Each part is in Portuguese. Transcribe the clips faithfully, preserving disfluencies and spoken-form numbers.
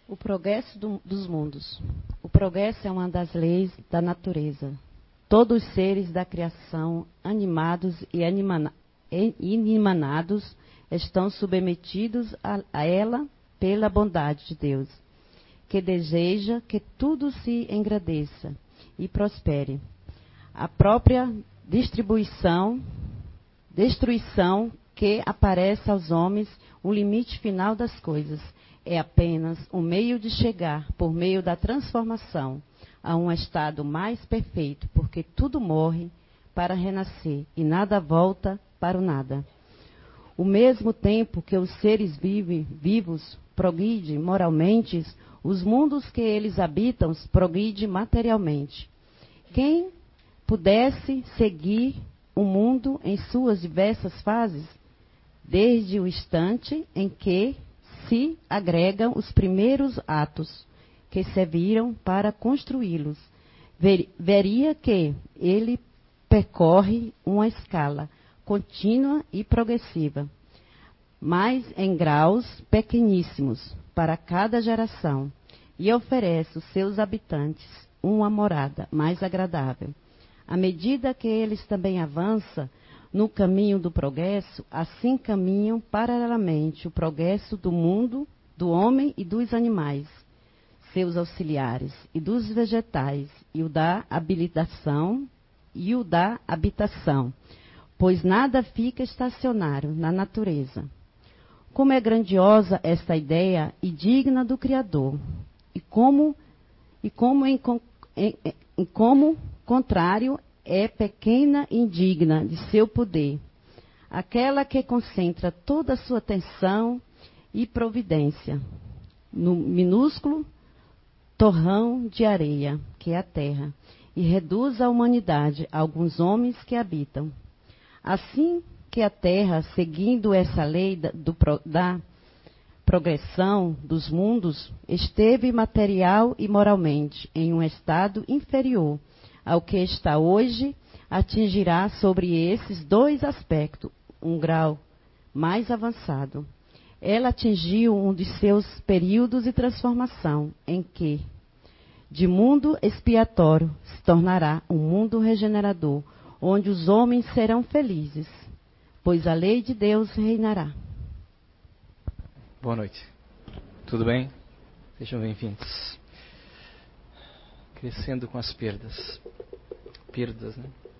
O progresso do, dos mundos. O progresso é uma das leis da natureza. Todos os seres da criação, animados e animana, inanimados, estão submetidos a, a ela pela bondade de Deus, que deseja que tudo se engrandeça e prospere. A própria distribuição, destruição que aparece aos homens, o limite final das coisas, é apenas um meio de chegar, por meio da transformação, a um estado mais perfeito, porque tudo morre para renascer e nada volta para o nada. O mesmo tempo que os seres vive, vivos progridem moralmente, os mundos que eles habitam progridem materialmente. Quem pudesse seguir o mundo em suas diversas fases, desde o instante em que se agregam os primeiros atos que serviram para construí-los, ver, veria que ele percorre uma escala contínua e progressiva, mas em graus pequeníssimos para cada geração, e oferece aos seus habitantes uma morada mais agradável. À medida que eles também avançam no caminho do progresso, assim caminham paralelamente o progresso do mundo, do homem e dos animais, seus auxiliares, e dos vegetais, e o da habilitação e o da habitação, pois nada fica estacionário na natureza. Como é grandiosa esta ideia e digna do Criador, e como, e como, em, em, em como contrário é pequena e indigna de seu poder, aquela que concentra toda a sua atenção e providência no minúsculo torrão de areia, que é a terra, e reduz a humanidade a alguns homens que habitam. Assim que a terra, seguindo essa lei da, do, da progressão dos mundos, esteve material e moralmente em um estado inferior ao que está hoje, atingirá sobre esses dois aspectos um grau mais avançado. Ela atingiu um de seus períodos de transformação, em que, de mundo expiatório, se tornará um mundo regenerador, onde os homens serão felizes, pois a lei de Deus reinará. Boa noite. Tudo bem? Sejam bem-vindos. Crescendo com as perdas. Perdas, né?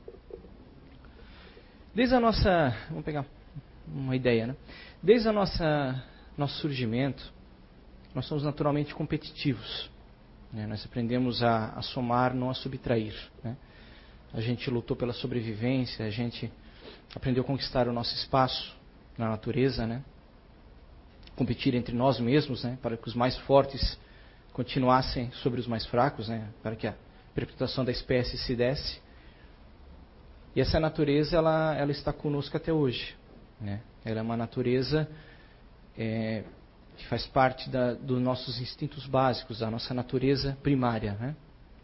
Desde a nossa... Vamos pegar uma ideia, né? Desde a nossa nosso surgimento, nós somos naturalmente competitivos. Né? Nós aprendemos a, a somar, não a subtrair. Né? A gente lutou pela sobrevivência, a gente aprendeu a conquistar o nosso espaço na natureza, né? Competir entre nós mesmos, né? Para que os mais fortes continuassem sobre os mais fracos, né? Para que a perpetuação da espécie se desse. E essa natureza, ela, ela está conosco até hoje. Né? Ela é uma natureza é, que faz parte da, dos nossos instintos básicos, da nossa natureza primária. Né?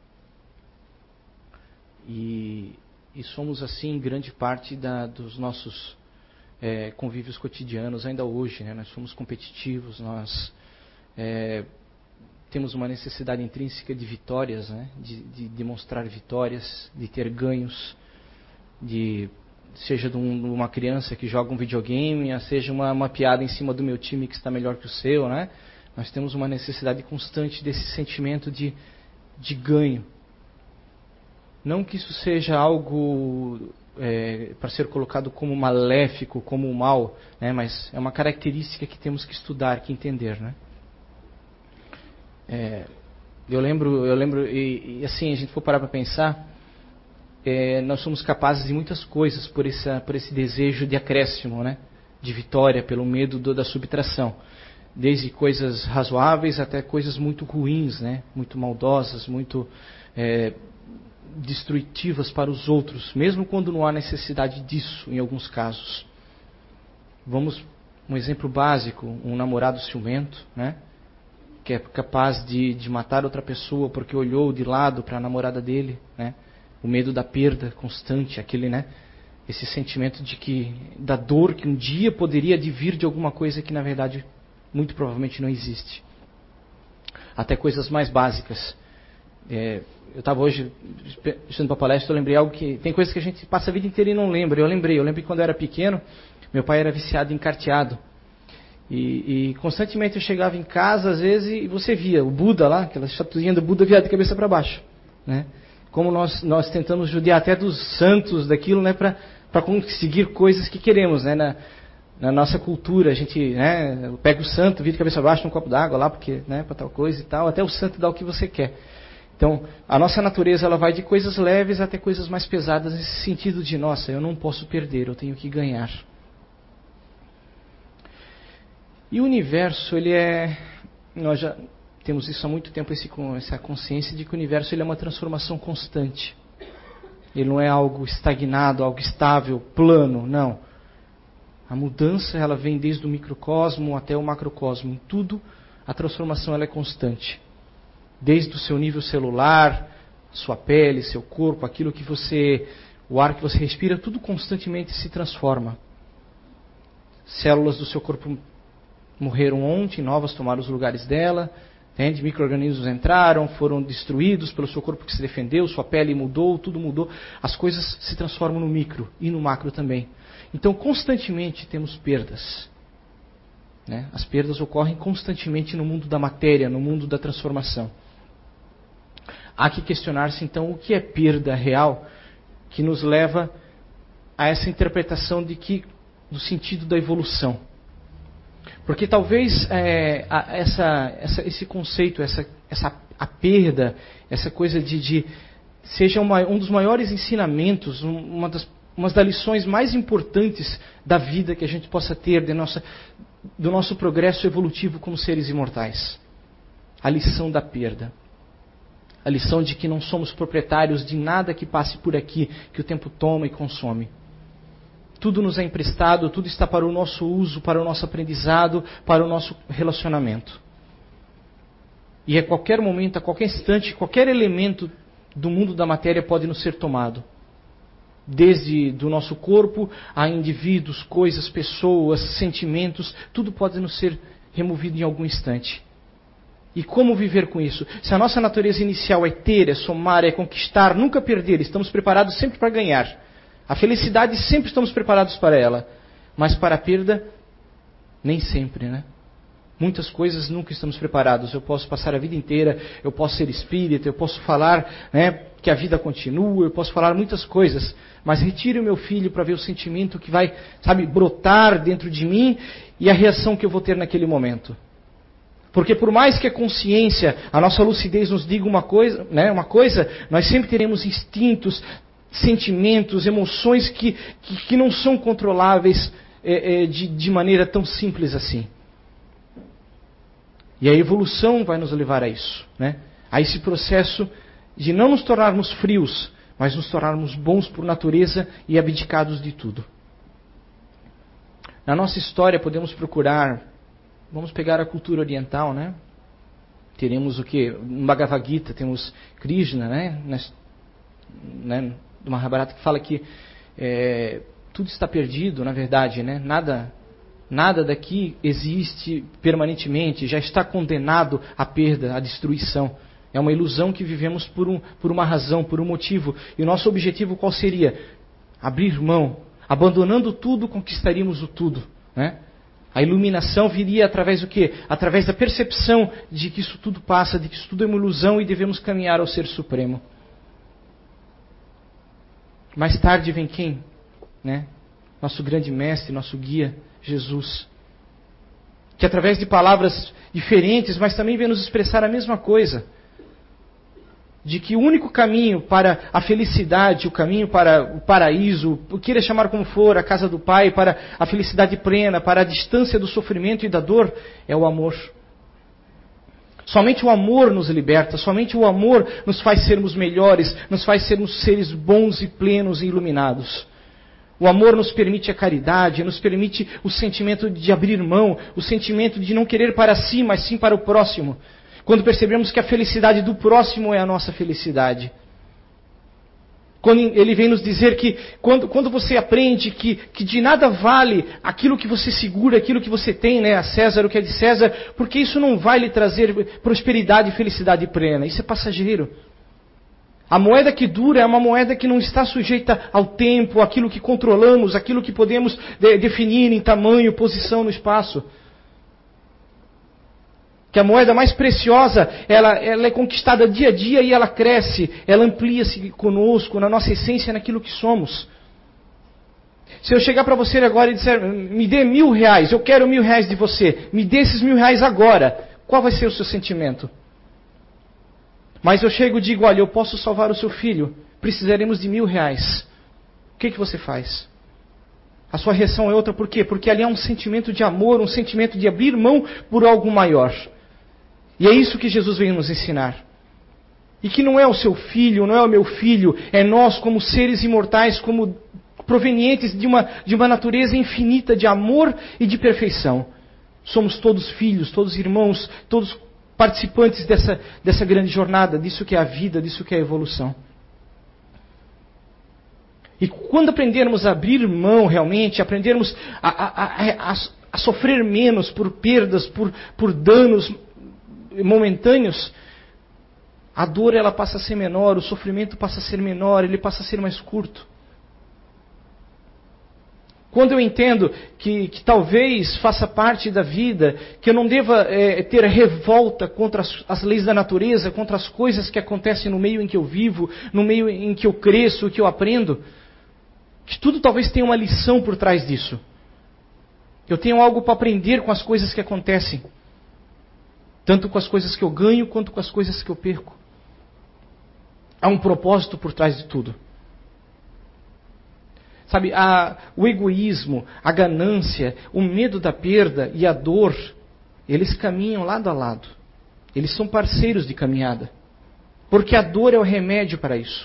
E, e somos, assim, grande parte da, dos nossos é, convívios cotidianos ainda hoje. Né? Nós somos competitivos, nós é, temos uma necessidade intrínseca de vitórias, né? de, de demonstrar vitórias, de ter ganhos, de, seja de, um, de uma criança que joga um videogame, seja uma, uma piada em cima do meu time que está melhor que o seu, né? Nós temos uma necessidade constante desse sentimento de, de ganho. Não que isso seja algo é, para ser colocado como maléfico, como mal, né? Mas é uma característica que temos que estudar, que entender, né? É, eu lembro, eu lembro e, e assim, a gente for parar para pensar, É, nós somos capazes de muitas coisas por, essa, por esse desejo de acréscimo, né? De vitória, pelo medo do, da subtração. Desde coisas razoáveis até coisas muito ruins, né? Muito maldosas, muito é, destrutivas para os outros, mesmo quando não há necessidade disso, em alguns casos. Vamos, um exemplo básico, um namorado ciumento, né? Que é capaz de, de matar outra pessoa porque olhou de lado para a namorada dele, né? O medo da perda constante, aquele, né? Esse sentimento de que da dor que um dia poderia advir de alguma coisa que na verdade muito provavelmente não existe. até coisas mais básicas. É, eu estava hoje estudando para palestra, eu lembrei algo que... Tem coisas que a gente passa a vida inteira e não lembra. Eu lembrei, eu lembro que quando eu era pequeno, meu pai era viciado em carteado. E, e constantemente eu chegava em casa, às vezes, e você via o Buda lá, aquela estatuinha do Buda virada de cabeça para baixo. Né? Como nós, nós tentamos judiar até dos santos daquilo, né, para conseguir coisas que queremos, né? Na, na nossa cultura, a gente, né, pega o santo, vira de cabeça abaixo num copo d'água lá, porque, né, para tal coisa e tal, até o santo dá o que você quer. Então, a nossa natureza, ela vai de coisas leves até coisas mais pesadas, nesse sentido de, nossa, eu não posso perder, eu tenho que ganhar. E o universo, ele é... Nós já temos isso há muito tempo, esse, essa consciência de que o universo ele é uma transformação constante. Ele não é algo estagnado, algo estável, plano, não. A mudança, ela vem desde o microcosmo até o macrocosmo. Em tudo, a transformação ela é constante. Desde o seu nível celular, sua pele, seu corpo, aquilo que você... O ar que você respira, tudo constantemente se transforma. Células do seu corpo morreram ontem, novas tomaram os lugares dela. Entende? Micro-organismos entraram, foram destruídos pelo seu corpo que se defendeu, sua pele mudou, tudo mudou. As coisas se transformam no micro e no macro também. Então, constantemente temos perdas. Né? As perdas ocorrem constantemente no mundo da matéria, no mundo da transformação. Há que questionar-se, então, o que é perda real que nos leva a essa interpretação de que, do sentido da evolução. Porque talvez é, a, essa, essa, esse conceito, essa, essa, a perda, essa coisa de, de seja uma, um dos maiores ensinamentos, uma das, uma das lições mais importantes da vida que a gente possa ter, de nossa, do nosso progresso evolutivo como seres imortais. A lição da perda. A lição de que não somos proprietários de nada que passe por aqui, que o tempo toma e consome. Tudo nos é emprestado, tudo está para o nosso uso, para o nosso aprendizado, para o nosso relacionamento. E a qualquer momento, a qualquer instante, qualquer elemento do mundo da matéria pode nos ser tomado. Desde do nosso corpo a indivíduos, coisas, pessoas, sentimentos, tudo pode nos ser removido em algum instante. E como viver com isso? Se a nossa natureza inicial é ter, é somar, é conquistar, nunca perder, estamos preparados sempre para ganhar. A felicidade sempre estamos preparados para ela. Mas para a perda, nem sempre, né? Muitas coisas nunca estamos preparados. Eu posso passar a vida inteira, eu posso ser espírita, eu posso falar, né, que a vida continua, eu posso falar muitas coisas. Mas retire o meu filho para ver o sentimento que vai, sabe, brotar dentro de mim e a reação que eu vou ter naquele momento. Porque por mais que a consciência, a nossa lucidez nos diga uma coisa, né, uma coisa, nós sempre teremos instintos, sentimentos, emoções que, que, que não são controláveis é, é, de, de maneira tão simples assim. E a evolução vai nos levar a isso, né? A esse processo de não nos tornarmos frios, mas nos tornarmos bons por natureza e abdicados de tudo. Na nossa história podemos procurar, vamos pegar a cultura oriental, né? Teremos o que? No Bhagavad Gita temos Krishna, né? Nas, né? Do Mahabharata, que fala que é, tudo está perdido, na verdade, né? Nada, nada daqui existe permanentemente, já está condenado à perda, à destruição. É uma ilusão que vivemos por, um, por uma razão, por um motivo. E o nosso objetivo qual seria? Abrir mão. Abandonando tudo, conquistaríamos o tudo, né? A iluminação viria através do quê? Através da percepção de que isso tudo passa, de que isso tudo é uma ilusão e devemos caminhar ao Ser Supremo. Mais tarde vem quem? Né? Nosso grande mestre, nosso guia, Jesus. Que através de palavras diferentes, mas também vem nos expressar a mesma coisa. De que o único caminho para a felicidade, o caminho para o paraíso, o queira chamar como for, a casa do Pai, para a felicidade plena, para a distância do sofrimento e da dor, é o amor. Somente o amor nos liberta, somente o amor nos faz sermos melhores, nos faz sermos seres bons e plenos e iluminados. O amor nos permite a caridade, nos permite o sentimento de abrir mão, o sentimento de não querer para si, mas sim para o próximo. Quando percebemos que a felicidade do próximo é a nossa felicidade. Quando ele vem nos dizer que quando, quando você aprende que, que de nada vale aquilo que você segura, aquilo que você tem, né, a César o que é de César, porque isso não vai lhe trazer prosperidade e felicidade plena. Isso é passageiro. A moeda que dura é uma moeda que não está sujeita ao tempo, aquilo que controlamos, aquilo que podemos de, definir em tamanho, posição no espaço. Que a moeda mais preciosa, ela, ela é conquistada dia a dia e ela cresce, ela amplia-se conosco, na nossa essência, naquilo que somos. Se eu chegar para você agora e disser, me dê mil reais, eu quero mil reais de você, me dê esses mil reais agora, qual vai ser o seu sentimento? Mas eu chego e digo, olha, eu posso salvar o seu filho, precisaremos de mil reais. O que, que você faz? A sua reação é outra, por quê? Porque ali há um sentimento de amor, um sentimento de abrir mão por algo maior. E é isso que Jesus veio nos ensinar. E que não é o seu filho, não é o meu filho, é nós como seres imortais, como provenientes de uma, de uma natureza infinita de amor e de perfeição. Somos todos filhos, todos irmãos, todos participantes dessa, dessa grande jornada, disso que é a vida, disso que é a evolução. E quando aprendermos a abrir mão realmente, aprendermos a, a, a, a sofrer menos por perdas, por, por danos momentâneos, a dor ela passa a ser menor, o sofrimento passa a ser menor, ele passa a ser mais curto. Quando eu entendo que, que talvez faça parte da vida, que eu não deva é, ter revolta contra as, as leis da natureza, contra as coisas que acontecem no meio em que eu vivo, no meio em que eu cresço, que eu aprendo, que tudo talvez tenha uma lição por trás disso. Eu tenho algo para aprender com as coisas que acontecem. Tanto com as coisas que eu ganho, quanto com as coisas que eu perco. Há um propósito por trás de tudo. Sabe, a, o egoísmo, a ganância, o medo da perda e a dor, eles caminham lado a lado. Eles são parceiros de caminhada. Porque a dor é o remédio para isso.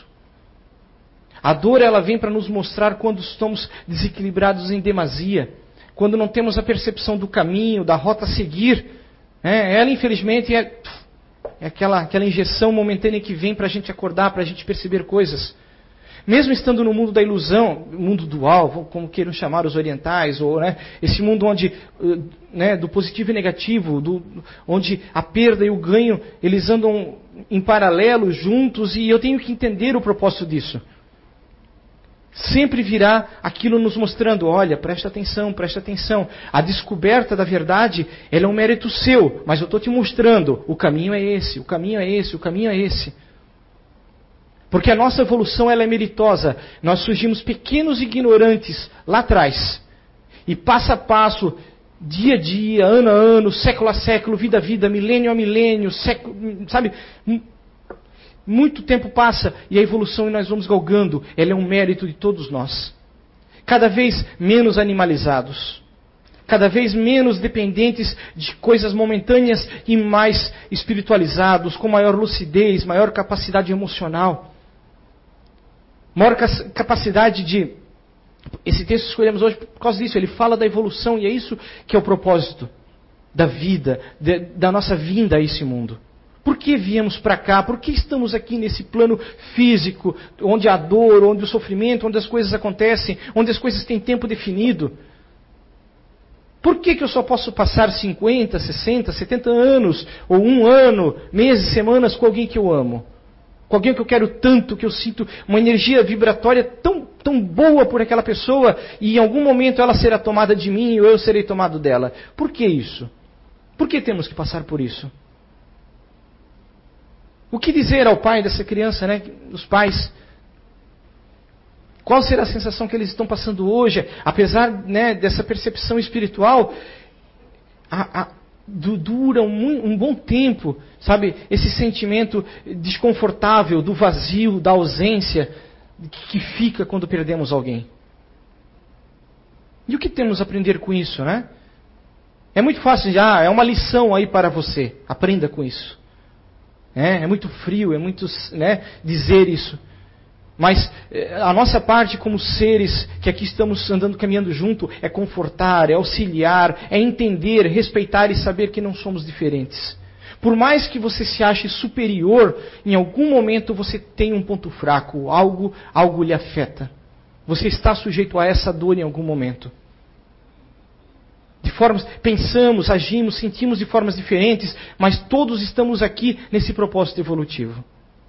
A dor ela vem para nos mostrar quando estamos desequilibrados em demasia, quando não temos a percepção do caminho, da rota a seguir. É, ela, infelizmente, é, é aquela, aquela injeção momentânea que vem para a gente acordar, para a gente perceber coisas. Mesmo estando no mundo da ilusão, mundo dual, como queiram chamar os orientais, ou né, esse mundo onde, né, do positivo e negativo, do, onde a perda e o ganho, eles andam em paralelo, juntos, e eu tenho que entender o propósito disso. Sempre virá aquilo nos mostrando, olha, presta atenção, presta atenção. A descoberta da verdade, ela é um mérito seu, mas eu estou te mostrando, o caminho é esse, o caminho é esse, o caminho é esse. Porque a nossa evolução ela é meritosa. Nós surgimos pequenos ignorantes lá atrás. E passo a passo, dia a dia, ano a ano, século a século, vida a vida, milênio a milênio, século, sabe? Muito tempo passa e a evolução nós vamos galgando. Ela é um mérito de todos nós. Cada vez menos animalizados. Cada vez menos dependentes de coisas momentâneas e mais espiritualizados, com maior lucidez, maior capacidade emocional. Maior capacidade de... Esse texto que escolhemos hoje por causa disso, ele fala da evolução e é isso que é o propósito da vida, de, da nossa vinda a esse mundo. Por que viemos para cá? Por que estamos aqui nesse plano físico, onde há dor, onde o sofrimento, onde as coisas acontecem, onde as coisas têm tempo definido? Por que, que eu só posso passar cinquenta, sessenta, setenta anos, ou um ano, meses, semanas com alguém que eu amo? Com alguém que eu quero tanto, que eu sinto uma energia vibratória tão, tão boa por aquela pessoa, e em algum momento ela será tomada de mim, ou eu serei tomado dela. Por que isso? Por que temos que passar por isso? O que dizer ao pai dessa criança, né? Os pais? Qual será a sensação que eles estão passando hoje? Apesar, né, dessa percepção espiritual, a, a, dura um, um bom tempo, sabe? Esse sentimento desconfortável do vazio, da ausência, que fica quando perdemos alguém. E o que temos a aprender com isso, né? É muito fácil, já, é uma lição aí para você. Aprenda com isso. É, é muito frio, é muito, né, dizer isso. Mas a nossa parte como seres que aqui estamos andando, caminhando junto, é confortar, é auxiliar, é entender, respeitar e saber que não somos diferentes. Por mais que você se ache superior, em algum momento você tem um ponto fraco, algo, algo lhe afeta. Você está sujeito a essa dor em algum momento. De formas, pensamos, agimos, sentimos de formas diferentes, mas todos estamos aqui nesse propósito evolutivo.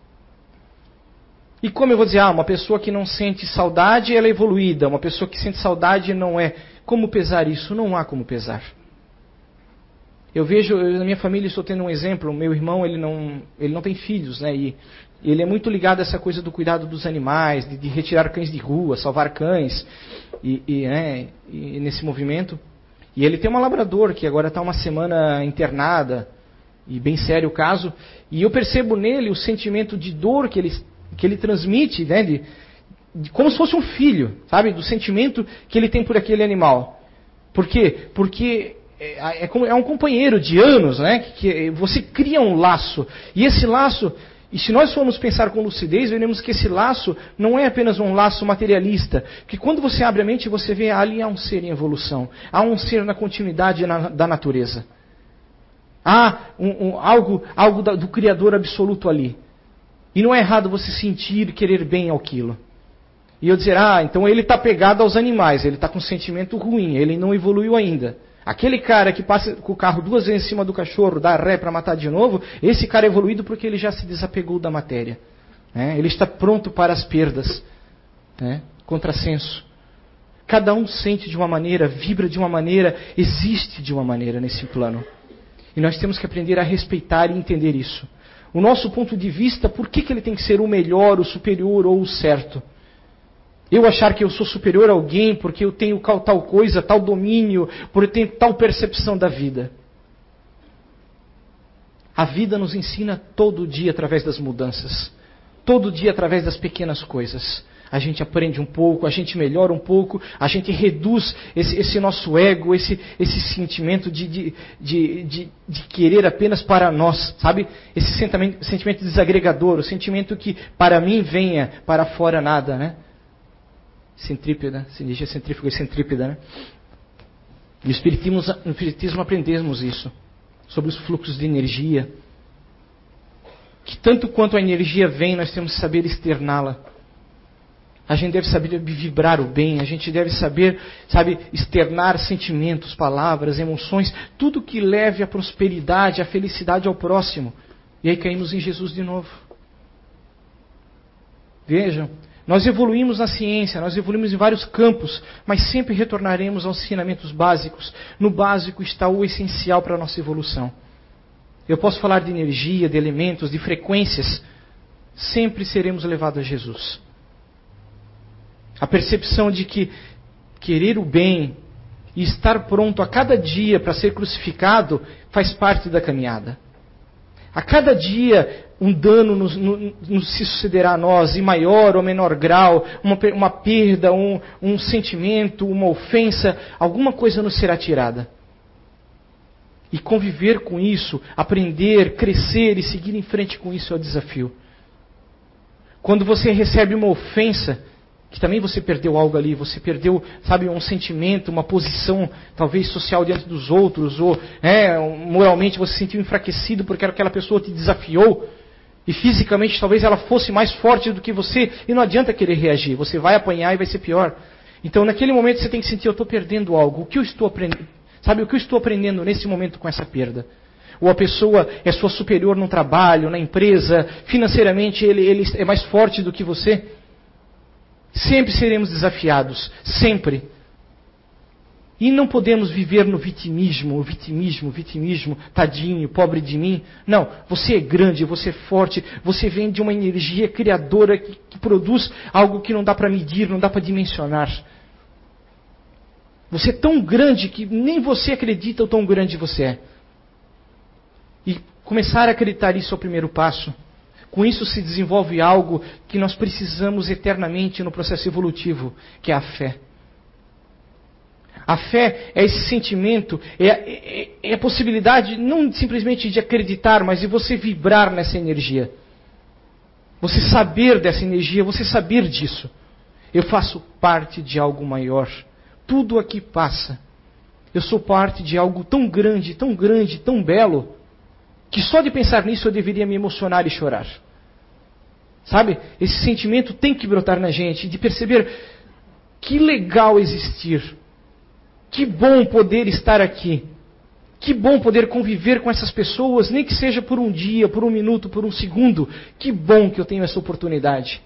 E como eu vou dizer, ah, uma pessoa que não sente saudade, ela é evoluída. Uma pessoa que sente saudade não é. Como pesar isso? Não há como pesar. Eu vejo, eu, na minha família, estou tendo um exemplo. O meu irmão, ele não, ele não tem filhos, né? E ele é muito ligado a essa coisa do cuidado dos animais, de, de retirar cães de rua, salvar cães, e, e, né, e nesse movimento. E ele tem uma labrador que agora está uma semana internada, e bem sério o caso. E eu percebo nele o sentimento de dor que ele que ele transmite, né, de, de, como se fosse um filho, sabe, do sentimento que ele tem por aquele animal. Por quê? Porque é, é, é um companheiro de anos, né, que, que você cria um laço, e esse laço, e se nós formos pensar com lucidez, veremos que esse laço não é apenas um laço materialista, que quando você abre a mente, você vê ali há um ser em evolução, há um ser na continuidade na, da natureza, há um, um, algo, algo da, do Criador absoluto ali. E não é errado você sentir, querer bem aquilo. E eu dizer, ah, então ele está pegado aos animais, ele está com um sentimento ruim, ele não evoluiu ainda. Aquele cara que passa com o carro duas vezes em cima do cachorro, dá ré para matar de novo, esse cara é evoluído porque ele já se desapegou da matéria. Né? Ele está pronto para as perdas. Né? Contrassenso. Cada um sente de uma maneira, vibra de uma maneira, existe de uma maneira nesse plano. E nós temos que aprender a respeitar e entender isso. O nosso ponto de vista, por que, que ele tem que ser o melhor, o superior ou o certo? Eu achar que eu sou superior a alguém porque eu tenho tal coisa, tal domínio, porque eu tenho tal percepção da vida. A vida nos ensina todo dia através das mudanças. Todo dia através das pequenas coisas. A gente aprende um pouco, a gente melhora um pouco, a gente reduz esse, esse nosso ego, esse, esse sentimento de, de, de, de, de querer apenas para nós, sabe? Esse sentimento, sentimento desagregador, o sentimento que para mim venha, para fora nada, né? Centrípeda, se diz centrífuga e centrípeda, né? No Espiritismo, no Espiritismo aprendemos isso, sobre os fluxos de energia. Que tanto quanto a energia vem, nós temos que saber externá-la. A gente deve saber vibrar o bem, a gente deve saber, sabe, externar sentimentos, palavras, emoções, tudo que leve à prosperidade, à felicidade ao próximo. E aí caímos em Jesus de novo. Vejam, nós evoluímos na ciência, nós evoluímos em vários campos, mas sempre retornaremos aos ensinamentos básicos. No básico está o essencial para a nossa evolução. Eu posso falar de energia, de elementos, de frequências, sempre seremos levados a Jesus. A percepção de que querer o bem e estar pronto a cada dia para ser crucificado faz parte da caminhada. A cada dia um dano nos, nos, nos se sucederá a nós, em maior ou menor grau, uma, uma perda, um, um sentimento, uma ofensa, alguma coisa nos será tirada. E conviver com isso, aprender, crescer e seguir em frente com isso é o desafio. Quando você recebe uma ofensa, que também você perdeu algo ali, você perdeu, sabe, um sentimento, uma posição, talvez social diante dos outros, ou é, moralmente você se sentiu enfraquecido porque aquela pessoa te desafiou, e fisicamente talvez ela fosse mais forte do que você, e não adianta querer reagir, você vai apanhar e vai ser pior. Então naquele momento você tem que sentir, eu estou perdendo algo, o que eu estou aprendendo, sabe, o que eu estou aprendendo nesse momento com essa perda? Ou a pessoa é sua superior no trabalho, na empresa, financeiramente ele, ele é mais forte do que você. Sempre seremos desafiados, sempre. E não podemos viver no vitimismo, vitimismo, vitimismo, tadinho, pobre de mim. Não, você é grande, você é forte, você vem de uma energia criadora que, que produz algo que não dá para medir, não dá para dimensionar. Você é tão grande que nem você acredita o tão grande você é. E começar a acreditar isso é o primeiro passo. Com isso se desenvolve algo que nós precisamos eternamente no processo evolutivo, que é a fé. A fé é esse sentimento, é, é, é a possibilidade não simplesmente de acreditar, mas de você vibrar nessa energia. Você saber dessa energia, você saber disso. Eu faço parte de algo maior. Tudo aqui passa. Eu sou parte de algo tão grande, tão grande, tão belo, que só de pensar nisso eu deveria me emocionar e chorar. Sabe? Esse sentimento tem que brotar na gente, de perceber que legal existir. Que bom poder estar aqui. Que bom poder conviver com essas pessoas, nem que seja por um dia, por um minuto, por um segundo. Que bom que eu tenho essa oportunidade.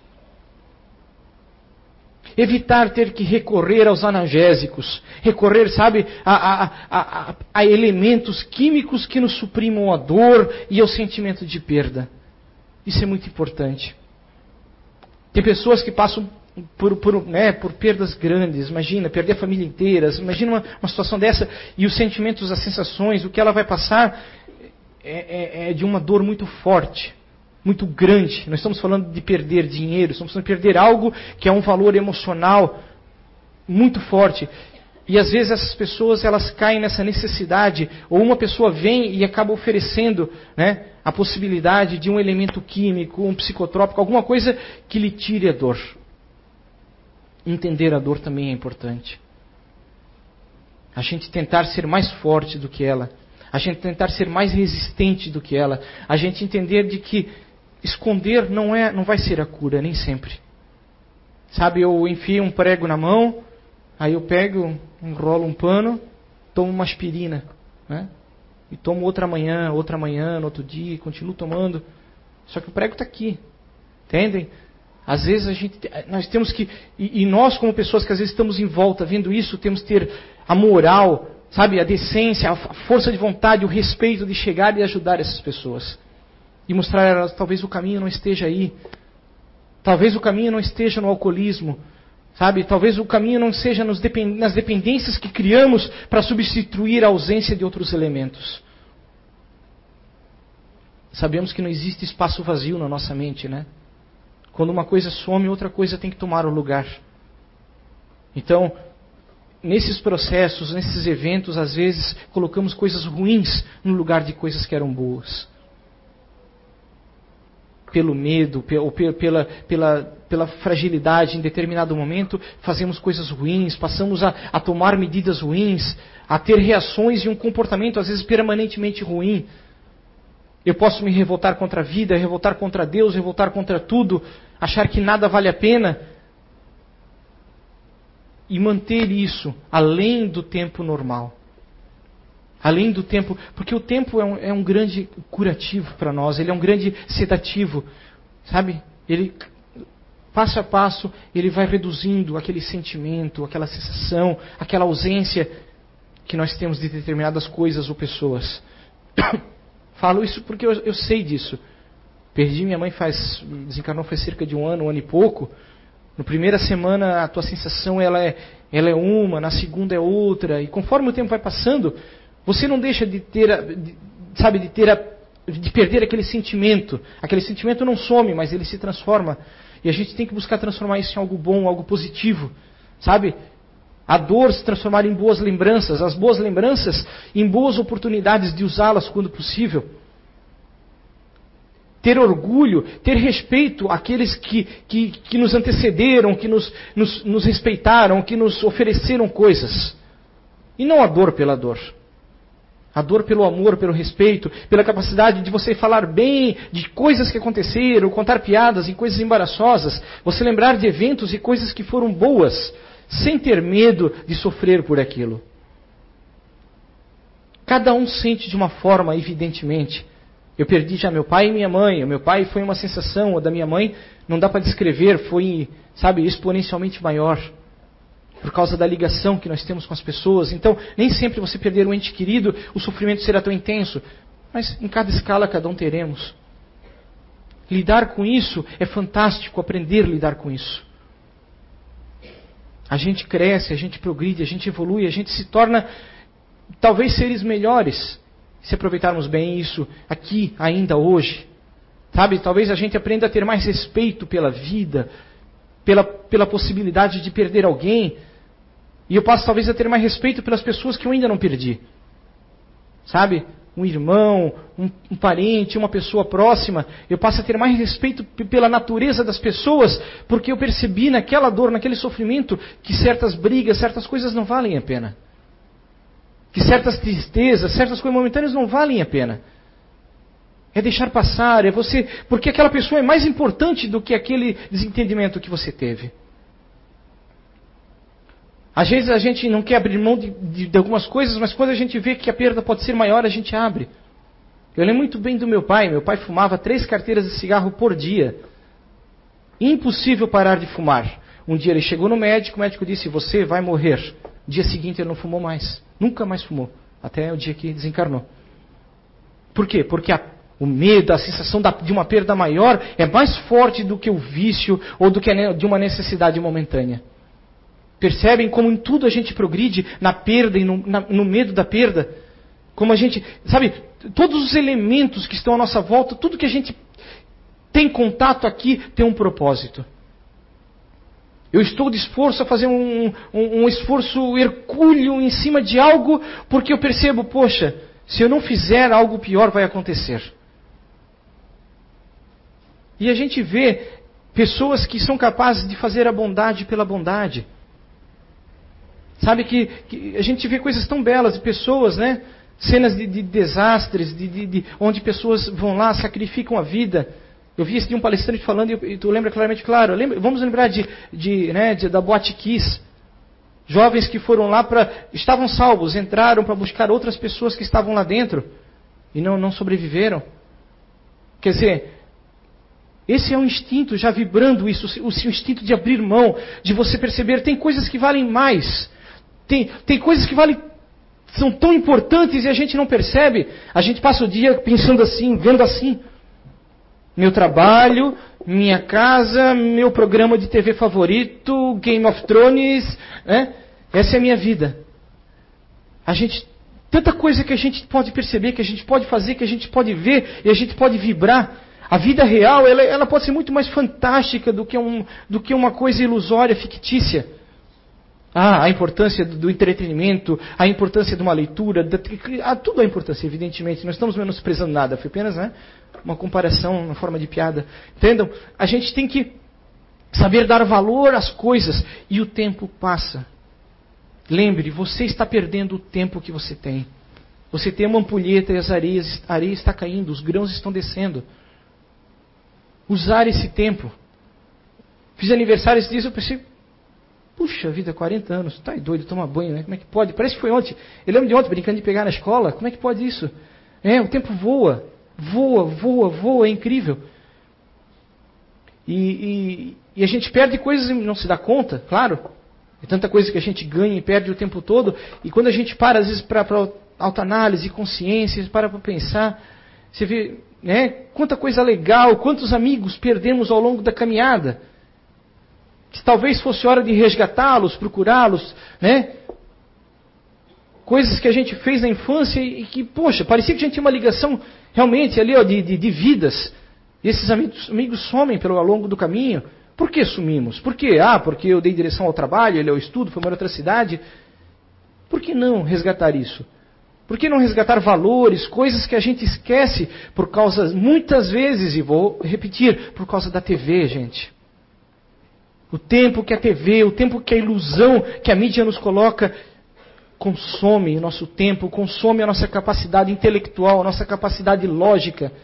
Evitar ter que recorrer aos analgésicos, recorrer, sabe, a, a, a, a elementos químicos que nos suprimam a dor e ao sentimento de perda. Isso é muito importante. Tem pessoas que passam por, por, né, por perdas grandes, imagina, perder a família inteira, imagina uma, uma situação dessa, e os sentimentos, as sensações, o que ela vai passar é, é, é de uma dor muito forte. Muito grande. Nós estamos falando de perder dinheiro, estamos falando de perder algo que é um valor emocional muito forte. E às vezes essas pessoas elas caem nessa necessidade, ou uma pessoa vem e acaba oferecendo, né, a possibilidade de um elemento químico, um psicotrópico, alguma coisa que lhe tire a dor. Entender a dor também é importante. A gente tentar ser mais forte do que ela. A gente tentar ser mais resistente do que ela. A gente entender de que esconder não, é, não vai ser a cura, nem sempre. Sabe, eu enfio um prego na mão, aí eu pego, enrolo um pano, tomo uma aspirina, né? E tomo outra manhã, outra manhã, no outro dia, e continuo tomando. Só que o prego está aqui. Entendem? Às vezes a gente, nós temos que, e, e nós como pessoas que às vezes estamos em volta vendo isso, temos que ter a moral, sabe, a decência, a força de vontade, o respeito de chegar e ajudar essas pessoas. E mostrar a elas, talvez o caminho não esteja aí. Talvez o caminho não esteja no alcoolismo. Sabe? Talvez o caminho não seja nos depend... nas dependências que criamos para substituir a ausência de outros elementos. Sabemos que não existe espaço vazio na nossa mente, né? Quando uma coisa some, outra coisa tem que tomar o lugar. Então, nesses processos, nesses eventos, às vezes colocamos coisas ruins no lugar de coisas que eram boas. Pelo medo, ou pela, pela, pela fragilidade em determinado momento, fazemos coisas ruins, passamos a, a tomar medidas ruins, a ter reações e um comportamento às vezes permanentemente ruim. Eu posso me revoltar contra a vida, revoltar contra Deus, revoltar contra tudo, achar que nada vale a pena e manter isso além do tempo normal. Além do tempo, porque o tempo é um, é um grande curativo para nós, ele é um grande sedativo, sabe? Ele, passo a passo, ele vai reduzindo aquele sentimento, aquela sensação, aquela ausência que nós temos de determinadas coisas ou pessoas. Falo isso porque eu, eu sei disso. Perdi minha mãe faz, desencarnou faz cerca de um ano, um ano e pouco. Na primeira semana a tua sensação ela é, ela é uma, na segunda é outra, e conforme o tempo vai passando, você não deixa de ter, a, de, sabe, de ter, a, de perder aquele sentimento. Aquele sentimento não some, mas ele se transforma. E a gente tem que buscar transformar isso em algo bom, algo positivo, sabe? A dor se transformar em boas lembranças, as boas lembranças em boas oportunidades de usá-las quando possível. Ter orgulho, ter respeito àqueles que, que, que nos antecederam, que nos, nos, nos respeitaram, que nos ofereceram coisas. E não a dor pela dor. A dor pelo amor, pelo respeito, pela capacidade de você falar bem de coisas que aconteceram, contar piadas em coisas embaraçosas, você lembrar de eventos e coisas que foram boas, sem ter medo de sofrer por aquilo. Cada um sente de uma forma, evidentemente. Eu perdi já meu pai e minha mãe. O meu pai foi uma sensação, a da minha mãe não dá para descrever, foi, sabe, exponencialmente maior. Por causa da ligação que nós temos com as pessoas. Então, nem sempre você perder um ente querido, o sofrimento será tão intenso. Mas em cada escala, cada um teremos. Lidar com isso é fantástico, aprender a lidar com isso. A gente cresce, a gente progride, a gente evolui, a gente se torna, talvez, seres melhores, se aproveitarmos bem isso aqui, ainda hoje. Sabe, talvez a gente aprenda a ter mais respeito pela vida, pela, pela possibilidade de perder alguém. E eu passo talvez a ter mais respeito pelas pessoas que eu ainda não perdi. Sabe? Um irmão, um, um parente, uma pessoa próxima. Eu passo a ter mais respeito p- pela natureza das pessoas, porque eu percebi naquela dor, naquele sofrimento, que certas brigas, certas coisas não valem a pena. Que certas tristezas, certas coisas momentâneas não valem a pena. É deixar passar, é você... Porque aquela pessoa é mais importante do que aquele desentendimento que você teve. Às vezes a gente não quer abrir mão de, de, de algumas coisas, mas quando a gente vê que a perda pode ser maior, a gente abre. Eu lembro muito bem do meu pai. Meu pai fumava três carteiras de cigarro por dia. Impossível parar de fumar. Um dia ele chegou no médico, o médico disse, você vai morrer. No dia seguinte ele não fumou mais. Nunca mais fumou. Até o dia que desencarnou. Por quê? Porque a, o medo, a sensação da, de uma perda maior é mais forte do que o vício ou do que a, de uma necessidade momentânea. Percebem como em tudo a gente progride na perda e no, na, no medo da perda? Como a gente, sabe, todos os elementos que estão à nossa volta, tudo que a gente tem contato aqui tem um propósito. Eu estou disposto a fazer um, um, um esforço hercúleo em cima de algo, porque eu percebo, poxa, se eu não fizer, algo pior vai acontecer. E a gente vê pessoas que são capazes de fazer a bondade pela bondade. Sabe que, que a gente vê coisas tão belas de pessoas, né? Cenas de, de desastres, de, de, de, onde pessoas vão lá, sacrificam a vida. Eu vi esse de um palestrante falando, e tu lembra claramente, claro, lembra, vamos lembrar de, de, né, de, da Boate Kiss. Jovens que foram lá para... Estavam salvos, entraram para buscar outras pessoas que estavam lá dentro e não, não sobreviveram. Quer dizer, esse é um instinto já vibrando isso, o, o instinto de abrir mão, de você perceber, tem coisas que valem mais. Tem, tem coisas que valem, são tão importantes e a gente não percebe. A gente passa o dia pensando assim, vendo assim. Meu trabalho, minha casa, meu programa de T V favorito, Game of Thrones, né? Essa é a minha vida. A gente, tanta coisa que a gente pode perceber, que a gente pode fazer, que a gente pode ver e a gente pode vibrar. A vida real, ela, ela pode ser muito mais fantástica do que, um, do que uma coisa ilusória, fictícia. Ah, a importância do, do entretenimento, a importância de uma leitura, da, ah, tudo a importância, evidentemente. Não estamos menosprezando nada, foi apenas, né, uma comparação, uma forma de piada. Entendam? A gente tem que saber dar valor às coisas e o tempo passa. Lembre, você está perdendo o tempo que você tem. Você tem uma ampulheta e as areias, a areia está caindo, os grãos estão descendo. Usar esse tempo. Fiz aniversário esses dias, eu pensei, puxa vida, quarenta anos, tá doido, toma banho, né? Como é que pode? Parece que foi ontem. Eu lembro de ontem, brincando de pegar na escola. Como é que pode isso? É, o tempo voa, voa, voa, voa, é incrível. E, e, e a gente perde coisas e não se dá conta, claro. É tanta coisa que a gente ganha e perde o tempo todo. E quando a gente para, às vezes, para autoanálise, consciência, para para pensar, você vê, né, quanta coisa legal, quantos amigos perdemos ao longo da caminhada. Que talvez fosse hora de resgatá-los, procurá-los, né? Coisas que a gente fez na infância e que, poxa, parecia que a gente tinha uma ligação realmente ali, ó, de, de, de vidas. E esses amigos, amigos somem pelo, ao longo do caminho. Por que sumimos? Por quê? Ah, porque eu dei direção ao trabalho, ele ao estudo, foi uma outra cidade. Por que não resgatar isso? Por que não resgatar valores, coisas que a gente esquece por causa, muitas vezes, e vou repetir, por causa da T V, gente. O tempo que a T V, o tempo que a ilusão que a mídia nos coloca, consome o nosso tempo, consome a nossa capacidade intelectual, a nossa capacidade lógica.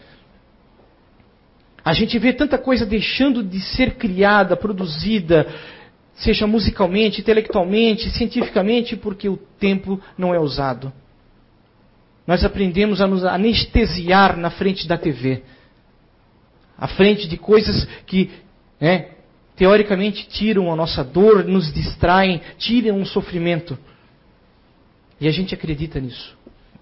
A gente vê tanta coisa deixando de ser criada, produzida, seja musicalmente, intelectualmente, cientificamente, porque o tempo não é usado. Nós aprendemos a nos anestesiar na frente da T V. À frente de coisas que, né, teoricamente tiram a nossa dor, nos distraem, tiram o sofrimento. E a gente acredita nisso.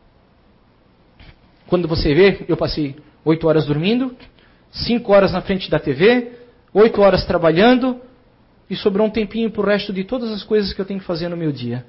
Quando você vê, eu passei oito horas dormindo, cinco horas na frente da T V, oito horas trabalhando, e sobrou um tempinho para o resto de todas as coisas que eu tenho que fazer no meu dia.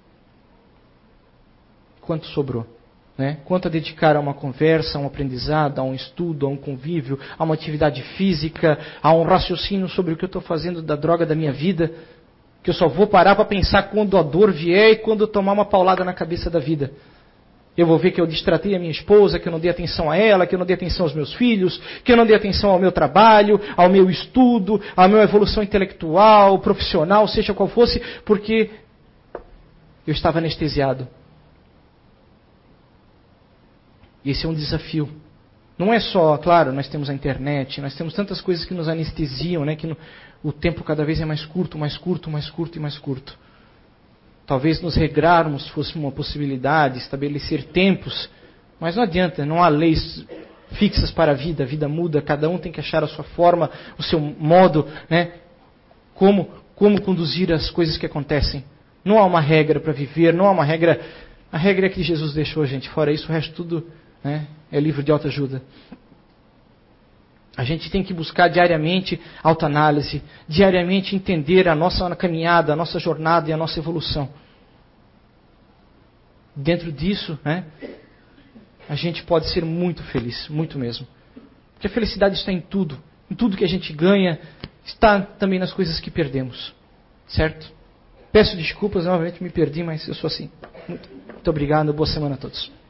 Quanto sobrou? Né? Quanto a dedicar a uma conversa, a um aprendizado, a um estudo, a um convívio, a uma atividade física, a um raciocínio sobre o que eu estou fazendo da droga da minha vida, que eu só vou parar para pensar quando a dor vier e quando eu tomar uma paulada na cabeça da vida. Eu vou ver que eu distratei a minha esposa, que eu não dei atenção a ela, que eu não dei atenção aos meus filhos, que eu não dei atenção ao meu trabalho, ao meu estudo, à minha evolução intelectual, profissional, seja qual fosse, porque eu estava anestesiado. Esse é um desafio. Não é só, claro, nós temos a internet, nós temos tantas coisas que nos anestesiam, né, que no, o tempo cada vez é mais curto, mais curto, mais curto e mais curto. Talvez nos regrarmos fosse uma possibilidade, estabelecer tempos, mas não adianta, não há leis fixas para a vida, a vida muda, cada um tem que achar a sua forma, o seu modo, né, como, como conduzir as coisas que acontecem. Não há uma regra para viver, não há uma regra. A regra é que Jesus deixou, gente. Fora isso, o resto tudo, né, é livro de autoajuda. A gente tem que buscar diariamente autoanálise, diariamente entender a nossa caminhada, a nossa jornada e a nossa evolução. Dentro disso, né, a gente pode ser muito feliz, muito mesmo. Porque a felicidade está em tudo. Em tudo que a gente ganha, está também nas coisas que perdemos. Certo? Peço desculpas, novamente me perdi, mas eu sou assim. Muito, muito obrigado, boa semana a todos.